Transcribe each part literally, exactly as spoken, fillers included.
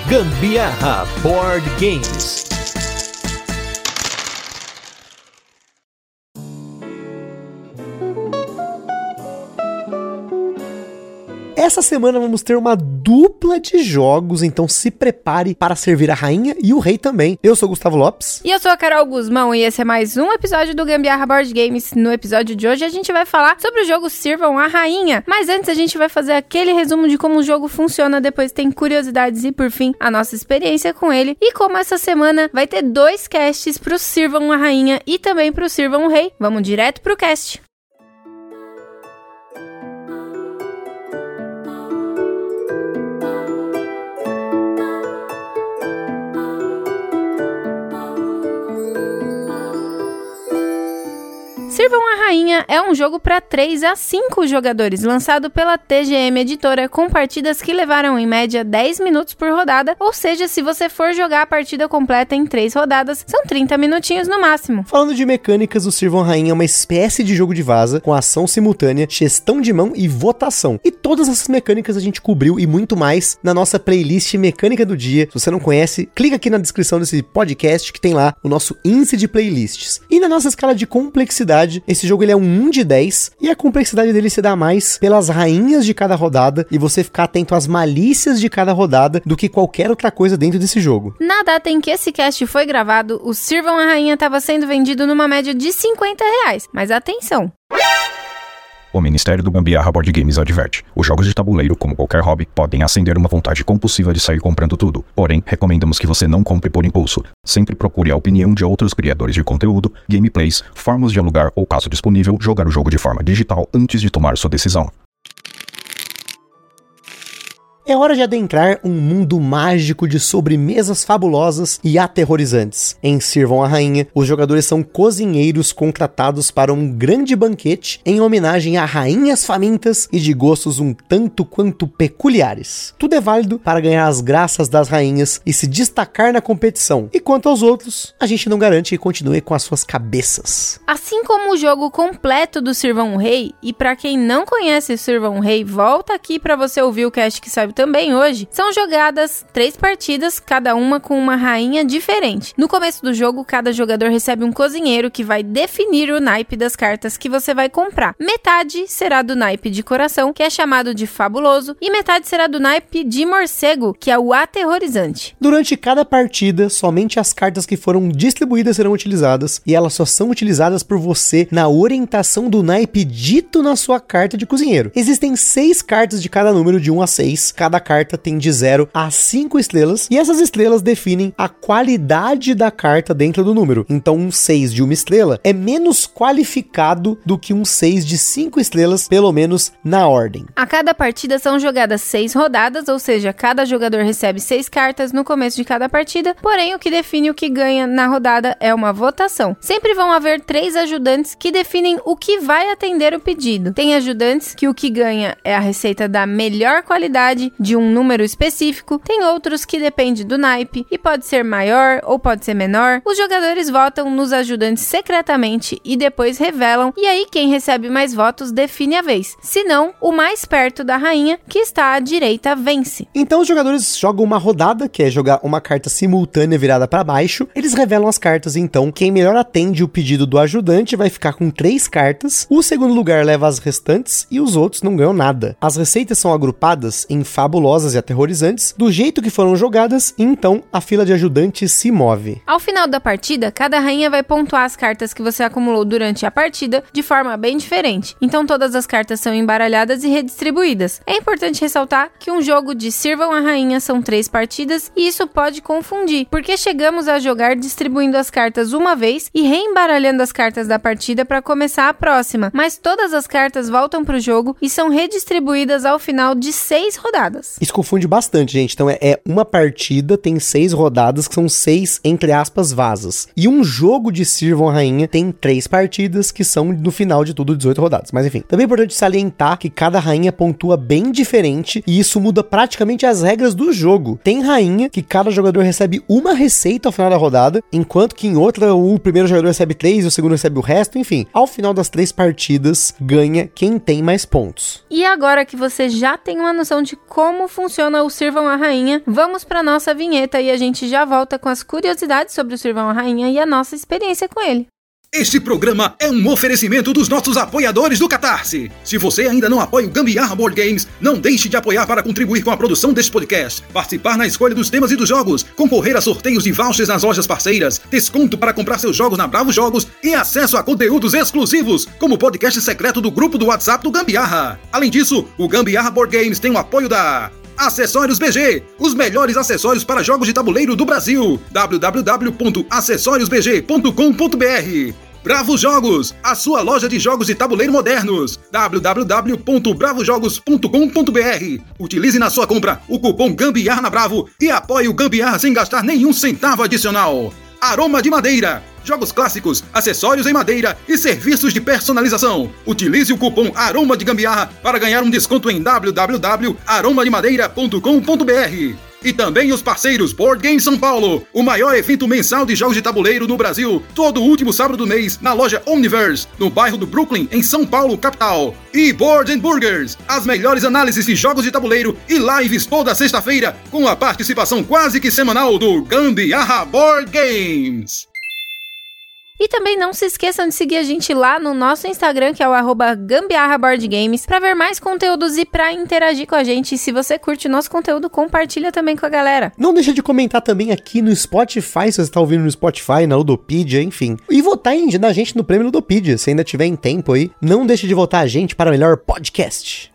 Gambiarra Board Games. Essa semana vamos ter uma dupla de jogos, então se prepare para servir a rainha e o rei também. Eu sou o Gustavo Lopes. E eu sou a Carol Guzmão e esse é mais um episódio do Gambiarra Board Games. No episódio de hoje a gente vai falar sobre o jogo Sirvam a Rainha. Mas antes a gente vai fazer aquele resumo de como o jogo funciona, depois tem curiosidades e por fim a nossa experiência com ele. E como essa semana vai ter dois casts pro Sirvam a Rainha e também pro Sirvam o Rei, vamos direto pro cast. Sirvam a Rainha é um jogo para três a cinco jogadores, lançado pela T G M Editora, com partidas que levaram em média dez minutos por rodada, ou seja, se você for jogar a partida completa em três rodadas, são trinta minutinhos no máximo. Falando de mecânicas, o Sirvam a Rainha é uma espécie de jogo de vaza, com ação simultânea, gestão de mão e votação. E todas essas mecânicas a gente cobriu e muito mais na nossa playlist Mecânica do Dia. Se você não conhece, clica aqui na descrição desse podcast que tem lá o nosso índice de playlists. E na nossa escala de complexidade, esse jogo ele é um um de dez e a complexidade dele se dá mais pelas rainhas de cada rodada e você ficar atento às malícias de cada rodada do que qualquer outra coisa dentro desse jogo. Na data em que esse cast foi gravado, o Sirvam a Rainha estava sendo vendido numa média de cinquenta reais, mas atenção! O Ministério do Gambiarra Board Games adverte: os jogos de tabuleiro, como qualquer hobby, podem acender uma vontade compulsiva de sair comprando tudo. Porém, recomendamos que você não compre por impulso. Sempre procure a opinião de outros criadores de conteúdo, gameplays, formas de alugar ou, caso disponível, jogar o jogo de forma digital antes de tomar sua decisão. É hora de adentrar um mundo mágico de sobremesas fabulosas e aterrorizantes. Em Sirvam a Rainha, os jogadores são cozinheiros contratados para um grande banquete em homenagem a rainhas famintas e de gostos um tanto quanto peculiares. Tudo é válido para ganhar as graças das rainhas e se destacar na competição. E quanto aos outros, a gente não garante que continue com as suas cabeças. Assim como o jogo completo do Sirvam o Rei, e para quem não conhece Sirvam o Rei, volta aqui para você ouvir o cast que saiu também hoje, são jogadas três partidas, cada uma com uma rainha diferente. No começo do jogo, cada jogador recebe um cozinheiro que vai definir o naipe das cartas que você vai comprar. Metade será do naipe de coração, que é chamado de fabuloso, e metade será do naipe de morcego, que é o aterrorizante. Durante cada partida, somente as cartas que foram distribuídas serão utilizadas, e elas só são utilizadas por você na orientação do naipe dito na sua carta de cozinheiro. Existem seis cartas de cada número de um a seis, cada carta tem de zero a cinco estrelas, e essas estrelas definem a qualidade da carta dentro do número. Então um seis de uma estrela é menos qualificado do que um seis de cinco estrelas, pelo menos na ordem. A cada partida são jogadas seis rodadas, ou seja, cada jogador recebe seis cartas no começo de cada partida, porém o que define o que ganha na rodada é uma votação. Sempre vão haver três ajudantes que definem o que vai atender o pedido. Tem ajudantes que o que ganha é a receita da melhor qualidade de um número específico, tem outros que depende do naipe e pode ser maior ou pode ser menor. Os jogadores votam nos ajudantes secretamente e depois revelam, e aí quem recebe mais votos define a vez. Se não, o mais perto da rainha, que está à direita, vence. Então os jogadores jogam uma rodada, que é jogar uma carta simultânea virada para baixo. Eles revelam as cartas, então quem melhor atende o pedido do ajudante vai ficar com três cartas. O segundo lugar leva as restantes e os outros não ganham nada. As receitas são agrupadas em fabulosas e aterrorizantes, do jeito que foram jogadas, e então a fila de ajudantes se move. Ao final da partida, cada rainha vai pontuar as cartas que você acumulou durante a partida de forma bem diferente. Então todas as cartas são embaralhadas e redistribuídas. É importante ressaltar que um jogo de Sirvam a Rainha são três partidas e isso pode confundir, porque chegamos a jogar distribuindo as cartas uma vez e reembaralhando as cartas da partida para começar a próxima, mas todas as cartas voltam para o jogo e são redistribuídas ao final de seis rodadas. Isso confunde bastante, gente. Então é, é uma partida, tem seis rodadas, que são seis, entre aspas, vazas. E um jogo de Sirvam a Rainha tem três partidas, que são, no final de tudo, dezoito rodadas. Mas enfim, também é importante salientar que cada rainha pontua bem diferente, e isso muda praticamente as regras do jogo. Tem rainha que cada jogador recebe uma receita ao final da rodada, enquanto que em outra o primeiro jogador recebe três e o segundo recebe o resto. Enfim, ao final das três partidas, ganha quem tem mais pontos. E agora que você já tem uma noção de como como funciona o Sirvam a Rainha, vamos para nossa vinheta e a gente já volta com as curiosidades sobre o Sirvam a Rainha e a nossa experiência com ele. Este programa é um oferecimento dos nossos apoiadores do Catarse. Se você ainda não apoia o Gambiarra Board Games, não deixe de apoiar para contribuir com a produção deste podcast, participar na escolha dos temas e dos jogos, concorrer a sorteios de vouchers nas lojas parceiras, desconto para comprar seus jogos na Bravo Jogos e acesso a conteúdos exclusivos, como o podcast secreto do grupo do WhatsApp do Gambiarra. Além disso, o Gambiarra Board Games tem o apoio da Acessórios B G, os melhores acessórios para jogos de tabuleiro do Brasil. w w w ponto acessórios b g ponto com ponto b r. Bravo Jogos, a sua loja de jogos de tabuleiro modernos. w w w ponto bravo jogos ponto com ponto b r. Utilize na sua compra o cupom Gambiarra na Bravo e apoie o Gambiarra sem gastar nenhum centavo adicional. Aroma de Madeira, jogos clássicos, acessórios em madeira e serviços de personalização. Utilize o cupom Aroma de Gambiarra para ganhar um desconto em w w w ponto aroma de madeira ponto com ponto b r. E também os parceiros Board Game São Paulo, o maior evento mensal de jogos de tabuleiro no Brasil, todo último sábado do mês, na loja Omniverse, no bairro do Brooklyn, em São Paulo, capital. E Board and Burgers, as melhores análises de jogos de tabuleiro e lives toda sexta-feira, com a participação quase que semanal do Gambiarra Board Games. E também não se esqueçam de seguir a gente lá no nosso Instagram, que é o arroba Gambiarra Board Games, para ver mais conteúdos e para interagir com a gente. E se você curte o nosso conteúdo, compartilha também com a galera. Não deixa de comentar também aqui no Spotify, se você está ouvindo no Spotify, na Ludopedia, enfim. E votar em, na gente no prêmio Ludopedia, se ainda tiver em tempo aí. Não deixe de votar a gente para o melhor podcast.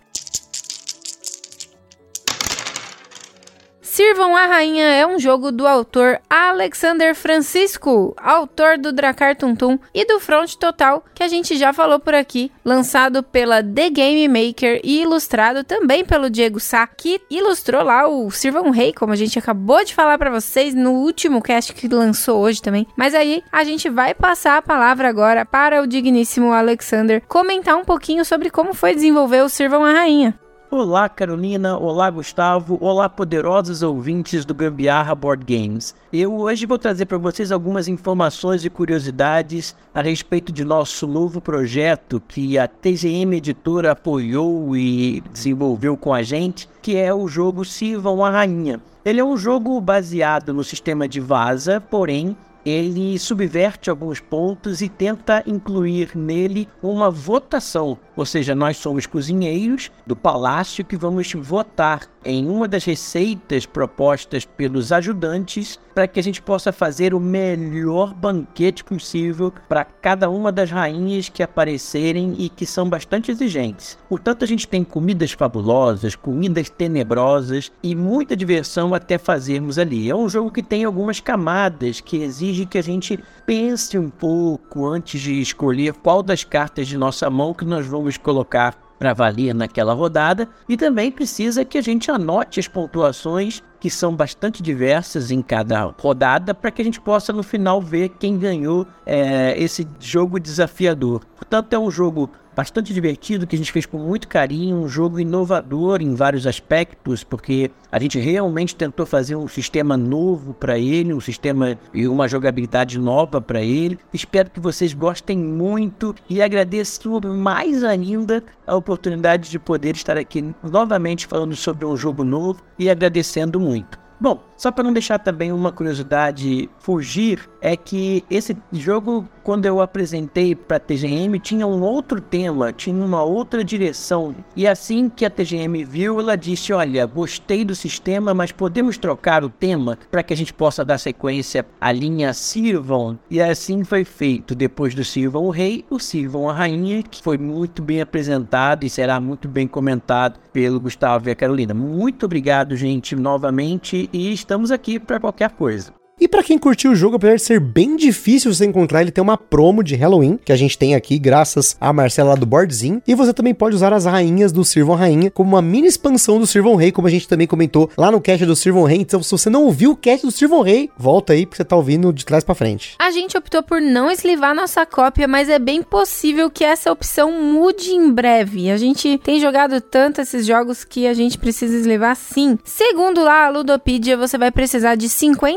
Sirvam a Rainha é um jogo do autor Alexander Francisco, autor do Drakkar Tum Tum e do Front Total, que a gente já falou por aqui, lançado pela The Game Maker e ilustrado também pelo Diego Sá, que ilustrou lá o Sirvam Rei, como a gente acabou de falar pra vocês no último cast que lançou hoje também. Mas aí a gente vai passar a palavra agora para o digníssimo Alexander comentar um pouquinho sobre como foi desenvolver o Sirvam a Rainha. Olá Carolina, olá Gustavo, olá poderosos ouvintes do Gambiarra Board Games. Eu hoje vou trazer para vocês algumas informações e curiosidades a respeito de nosso novo projeto que a T G M Editora apoiou e desenvolveu com a gente, que é o jogo Sirvam a Rainha. Ele é um jogo baseado no sistema de Vaza, porém ele subverte alguns pontos e tenta incluir nele uma votação. Ou seja, nós somos cozinheiros do palácio que vamos votar em uma das receitas propostas pelos ajudantes para que a gente possa fazer o melhor banquete possível para cada uma das rainhas que aparecerem e que são bastante exigentes. Portanto, a gente tem comidas fabulosas, comidas tenebrosas e muita diversão até fazermos ali. É um jogo que tem algumas camadas que exige que a gente pense um pouco antes de escolher qual das cartas de nossa mão que nós vamos colocar para valer naquela rodada, e também precisa que a gente anote as pontuações, que são bastante diversas em cada rodada, para que a gente possa no final ver quem ganhou é, esse jogo desafiador. Portanto, é um jogo bastante divertido, que a gente fez com muito carinho, um jogo inovador em vários aspectos, porque a gente realmente tentou fazer um sistema novo para ele, um sistema e uma jogabilidade nova para ele. Espero que vocês gostem muito e agradeço mais ainda a oportunidade de poder estar aqui novamente falando sobre um jogo novo e agradecendo muito. Bom, só para não deixar também uma curiosidade fugir, é que esse jogo, quando eu apresentei para a T G M, tinha um outro tema, tinha uma outra direção. E assim que a T G M viu, ela disse, olha, gostei do sistema, mas podemos trocar o tema para que a gente possa dar sequência à linha Sirvam. E assim foi feito. Depois do Sirvam o Rei, o Sirvam a Rainha, que foi muito bem apresentado e será muito bem comentado pelo Gustavo e a Carolina. Muito obrigado, gente, novamente. E estamos aqui para qualquer coisa. E pra quem curtiu o jogo, apesar de ser bem difícil você encontrar, ele tem uma promo de Halloween, que a gente tem aqui graças a Marcela lá do Boardzinho. E você também pode usar as rainhas do Sirvam Rainha como uma mini expansão do Sirvam Rei, como a gente também comentou lá no cast do Sirvam Rei. Então, se você não ouviu o cast do Sirvam Rei, volta aí, porque você tá ouvindo de trás pra frente. A gente optou por não eslivar nossa cópia, mas é bem possível que essa opção mude em breve. A gente tem jogado tanto esses jogos que a gente precisa eslivar sim. Segundo lá a Ludopedia, você vai precisar de cinquenta e um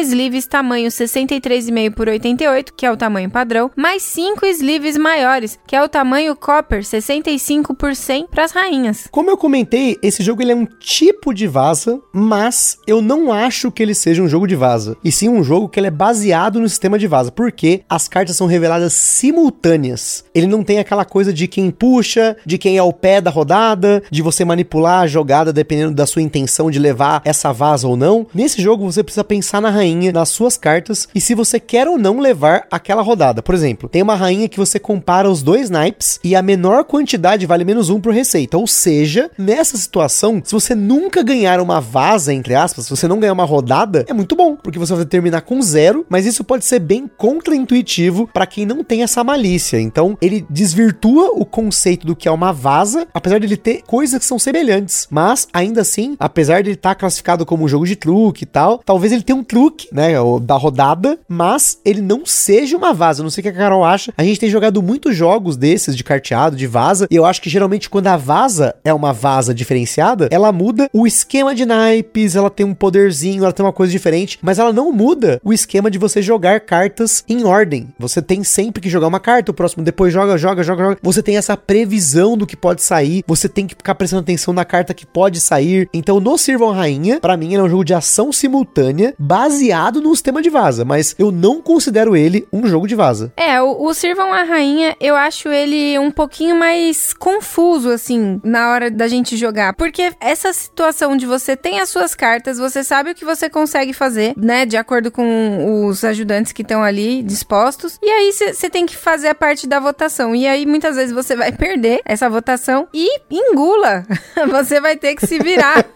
sleeves tamanho sessenta e três vírgula cinco por oitenta e oito, que é o tamanho padrão, mais cinco sleeves maiores, que é o tamanho Copper, sessenta e cinco por cem para as rainhas. Como eu comentei, esse jogo ele é um tipo de vaza, mas eu não acho que ele seja um jogo de vaza, e sim um jogo que ele é baseado no sistema de vaza, porque as cartas são reveladas simultâneas. Ele não tem aquela coisa de quem puxa, de quem é o pé da rodada, de você manipular a jogada dependendo da sua intenção de levar essa vaza ou não. Nesse jogo você precisa pensar na rainha, nas suas cartas, e se você quer ou não levar aquela rodada. Por exemplo, tem uma rainha que você compara os dois naipes e a menor quantidade vale menos um por receita. Ou seja, nessa situação, se você nunca ganhar uma vaza, entre aspas, se você não ganhar uma rodada, é muito bom, porque você vai terminar com zero, mas isso pode ser bem contraintuitivo para quem não tem essa malícia. Então, ele desvirtua o conceito do que é uma vaza, apesar de ele ter coisas que são semelhantes, mas ainda assim, apesar de ele estar classificado como um jogo de truque e tal, talvez ele tenha um truque, né, da rodada, mas ele não seja uma vaza. Eu não sei o que a Carol acha. A gente tem jogado muitos jogos desses de carteado, de vaza, e eu acho que geralmente quando a vaza é uma vaza diferenciada, ela muda o esquema de naipes, ela tem um poderzinho, ela tem uma coisa diferente, mas ela não muda o esquema de você jogar cartas em ordem. Você tem sempre que jogar uma carta, o próximo depois joga, joga, joga, joga. Você tem essa previsão do que pode sair, você tem que ficar prestando atenção na carta que pode sair. Então, no Sirvam a Rainha, pra mim, ele é um jogo de ação simultânea, baseado no sistema de vaza, mas eu não considero ele um jogo de vaza. É, o, o Sirvam a Rainha, eu acho ele um pouquinho mais confuso, assim, na hora da gente jogar, porque essa situação de você tem as suas cartas, você sabe o que você consegue fazer, né, de acordo com os ajudantes que estão ali dispostos, e aí você tem que fazer a parte da votação, e aí muitas vezes você vai perder essa votação e engula, você vai ter que se virar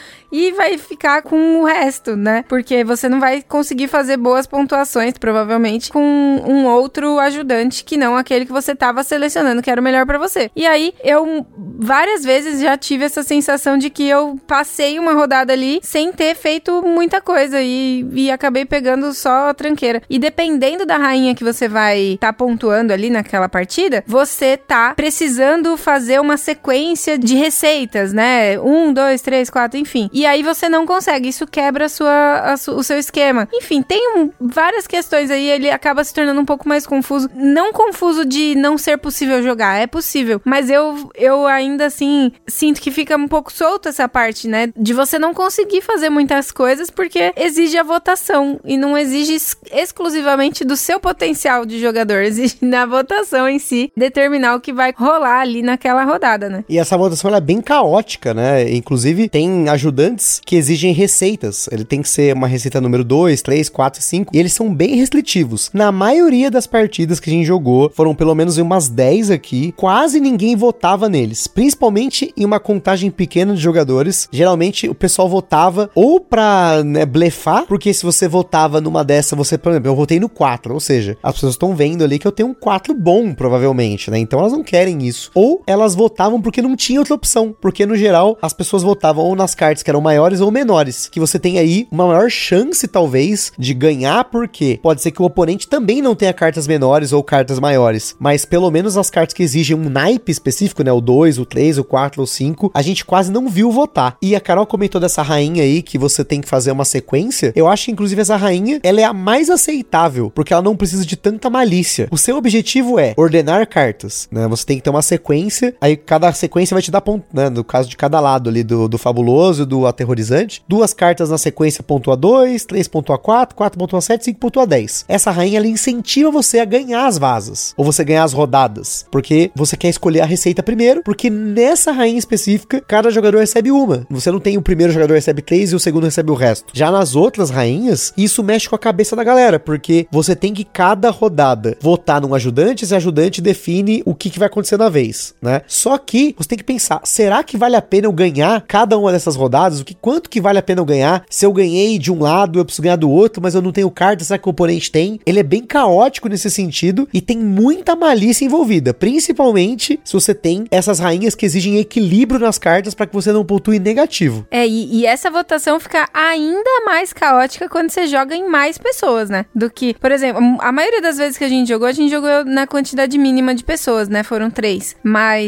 e vai ficar com o resto, né, porque você não vai conseguir fazer boas pontuações, provavelmente, com um outro ajudante que não aquele que você tava selecionando, que era o melhor pra você. E aí, eu várias vezes já tive essa sensação de que eu passei uma rodada ali sem ter feito muita coisa e, e acabei pegando só a tranqueira. E dependendo da rainha que você vai tá pontuando ali naquela partida, você tá precisando fazer uma sequência de receitas, né? Um, dois, três, quatro, enfim. E aí você não consegue, isso quebra a sua, a su, o seu esquema. Enfim, tem um, várias questões aí, ele acaba se tornando um pouco mais confuso. Não confuso de não ser possível jogar, é possível, mas eu, eu ainda assim sinto que fica um pouco solto essa parte, né? De você não conseguir fazer muitas coisas porque exige a votação e não exige ex- exclusivamente do seu potencial de jogador, exige na votação em si determinar o que vai rolar ali naquela rodada, né? E essa votação ela é bem caótica, né? Inclusive tem ajudantes que exigem receitas. Ele tem que ser uma receita número dois, três, quatro e cinco, e eles são bem restritivos. Na maioria das partidas que a gente jogou, foram pelo menos umas dez aqui, quase ninguém votava neles, principalmente em uma contagem pequena de jogadores. Geralmente o pessoal votava ou pra, né, blefar, porque se você votava numa dessa, você, por exemplo, eu votei no quatro, ou seja, as pessoas estão vendo ali que eu tenho um quatro bom, provavelmente, né? Então elas não querem isso. Ou elas votavam porque não tinha outra opção, porque no geral as pessoas votavam ou nas cartas que eram maiores ou menores, que você tem aí uma maior chance, talvez, de ganhar, porque pode ser que o oponente também não tenha cartas menores ou cartas maiores, mas pelo menos as cartas que exigem um naipe específico, né, o dois, o três, o quatro, o cinco, a gente quase não viu votar. E a Carol comentou dessa rainha aí, que você tem que fazer uma sequência. Eu acho que inclusive essa rainha, ela é a mais aceitável, porque ela não precisa de tanta malícia. O seu objetivo é ordenar cartas, né, você tem que ter uma sequência, aí cada sequência vai te dar ponto, né, no caso de cada lado ali, do, do fabuloso e do aterrorizante, duas cartas na sequência pontua dois, três pontua quatro, quatro pontua sete, cinco pontua dez. Essa rainha, ela incentiva você a ganhar as vazas, ou você ganhar as rodadas, porque você quer escolher a receita primeiro, porque nessa rainha específica, cada jogador recebe uma. Você não tem o primeiro jogador recebe três e o segundo recebe o resto. Já nas outras rainhas, isso mexe com a cabeça da galera, porque você tem que cada rodada votar num ajudante, esse ajudante define o que, que vai acontecer na vez, né? Só que você tem que pensar, será que vale a pena eu ganhar cada uma dessas rodadas? O que, quanto que vale a pena eu ganhar? Se eu ganhei de um lado, eu preciso ganhar do outro, mas eu não tenho carta, será que o oponente tem? Ele é bem caótico nesse sentido e tem muita malícia envolvida, principalmente se você tem essas rainhas que exigem equilíbrio nas cartas para que você não pontue negativo. É, e, e essa votação fica ainda mais caótica quando você joga em mais pessoas, né? Do que, por exemplo, a maioria das vezes que a gente jogou, a gente jogou na quantidade mínima de pessoas, né? Foram três. Mas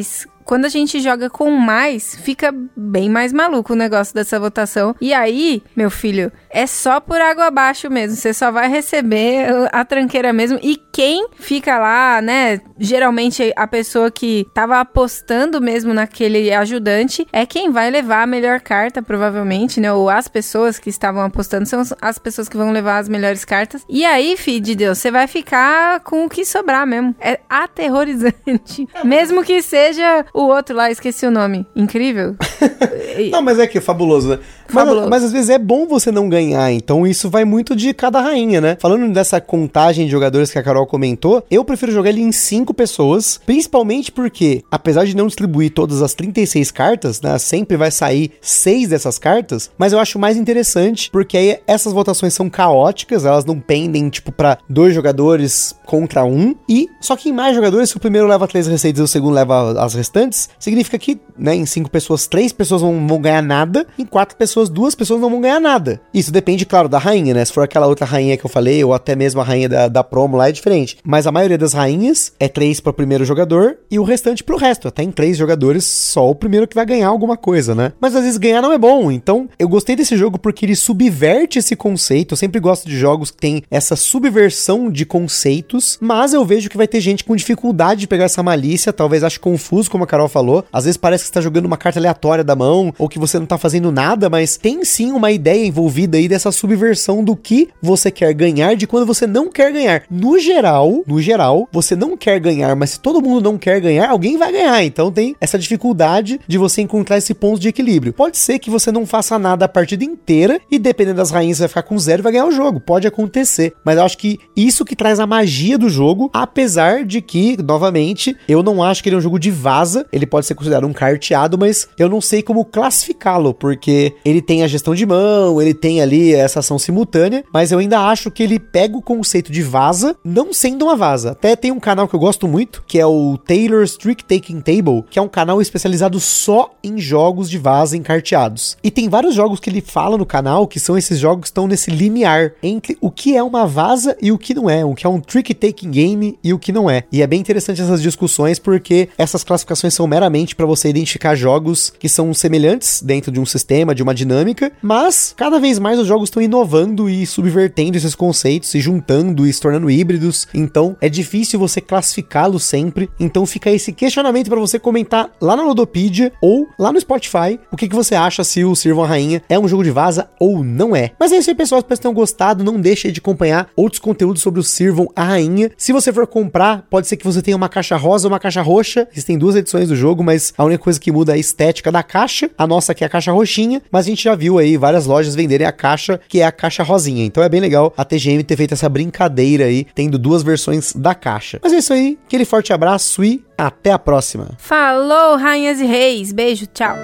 quando a gente joga com mais, fica bem mais maluco o negócio dessa votação. E aí, meu filho, é só por água abaixo mesmo. Você só vai receber a tranqueira mesmo. E quem fica lá, né, geralmente a pessoa que tava apostando mesmo naquele ajudante é quem vai levar a melhor carta, provavelmente, né? Ou as pessoas que estavam apostando são as pessoas que vão levar as melhores cartas. E aí, filho de Deus, você vai ficar com o que sobrar mesmo. É aterrorizante. Mesmo que seja o outro lá, esqueci o nome. Incrível. Não, mas é que é fabuloso, né? Fabuloso. Mas, mas às vezes é bom você não ganhar, então isso vai muito de cada rainha, né? Falando dessa contagem de jogadores que a Carol comentou, eu prefiro jogar ele em cinco pessoas, principalmente porque, apesar de não distribuir todas as trinta e seis cartas, né, sempre vai sair seis dessas cartas, mas eu acho mais interessante, porque aí essas votações são caóticas, elas não pendem, tipo, pra dois jogadores contra um, e só que em mais jogadores, se o primeiro leva três receitas e o segundo leva as restantes, significa que, né, em cinco pessoas, três pessoas não vão ganhar nada, em quatro pessoas, duas pessoas não vão ganhar nada. Isso depende, claro, da rainha, né? Se for aquela outra rainha que eu falei, ou até mesmo a rainha da, da promo lá, é diferente. Mas a maioria das rainhas é três para o primeiro jogador e o restante pro resto. Até em três jogadores, só o primeiro que vai ganhar alguma coisa, né? Mas às vezes ganhar não é bom. Então, eu gostei desse jogo porque ele subverte esse conceito. Eu sempre gosto de jogos que tem essa subversão de conceitos, mas eu vejo que vai ter gente com dificuldade de pegar essa malícia, talvez ache confuso, como a Carol falou. Às vezes parece que você tá jogando uma carta aleatória da mão, ou que você não tá fazendo nada, mas tem sim uma ideia envolvida aí dessa subversão do que você quer ganhar, de quando você não quer ganhar. No geral, no geral, você não quer ganhar, mas se todo mundo não quer ganhar, alguém vai ganhar. Então tem essa dificuldade de você encontrar esse ponto de equilíbrio. Pode ser que você não faça nada a partida inteira e dependendo das rainhas você vai ficar com zero e vai ganhar o jogo. Pode acontecer. Mas eu acho que isso que traz a magia do jogo, apesar de que, novamente, eu não acho que ele é um jogo de vaza. Ele pode ser considerado um carteado, mas eu não sei como classificá-lo, porque ele tem a gestão de mão, ele tem ali essa ação simultânea, mas eu ainda acho que ele pega o conceito de vaza, não sendo uma vaza. Até tem um canal que eu gosto muito, que é o Taylor's Trick Taking Table, que é um canal especializado só em jogos de vaza encarteados. E tem vários jogos que ele fala no canal, que são esses jogos que estão nesse limiar entre o que é uma vaza e o que não é, o que é um Trick Taking Game e o que não é. E é bem interessante essas discussões, porque essas classificações são meramente para você identificar jogos que são semelhantes dentro de um sistema, de uma dinâmica, mas cada vez mais os jogos estão inovando e subvertendo esses conceitos, se juntando e se tornando híbridos, então é difícil você classificá-los sempre, então fica esse questionamento para você comentar lá na Ludopedia ou lá no Spotify, o que, que você acha se o Sirvam a Rainha é um jogo de vaza ou não é. Mas é isso aí, pessoal, espero que tenham gostado, não deixe de acompanhar outros conteúdos sobre o Sirvam a Rainha. Se você for comprar, pode ser que você tenha uma caixa rosa ou uma caixa roxa, existem duas edições do jogo, mas a única coisa que muda é a estética da caixa, a nossa aqui é a caixa roxinha, mas a gente já viu aí várias lojas venderem a caixa, que é a caixa rosinha, então é bem legal a T G M ter feito essa brincadeira aí, tendo duas versões da caixa. Mas é isso aí, aquele forte abraço e até a próxima. Falou, rainhas e reis, beijo, tchau.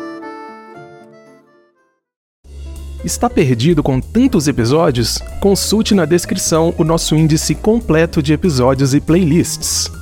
Está perdido com tantos episódios? Consulte na descrição o nosso índice completo de episódios e playlists.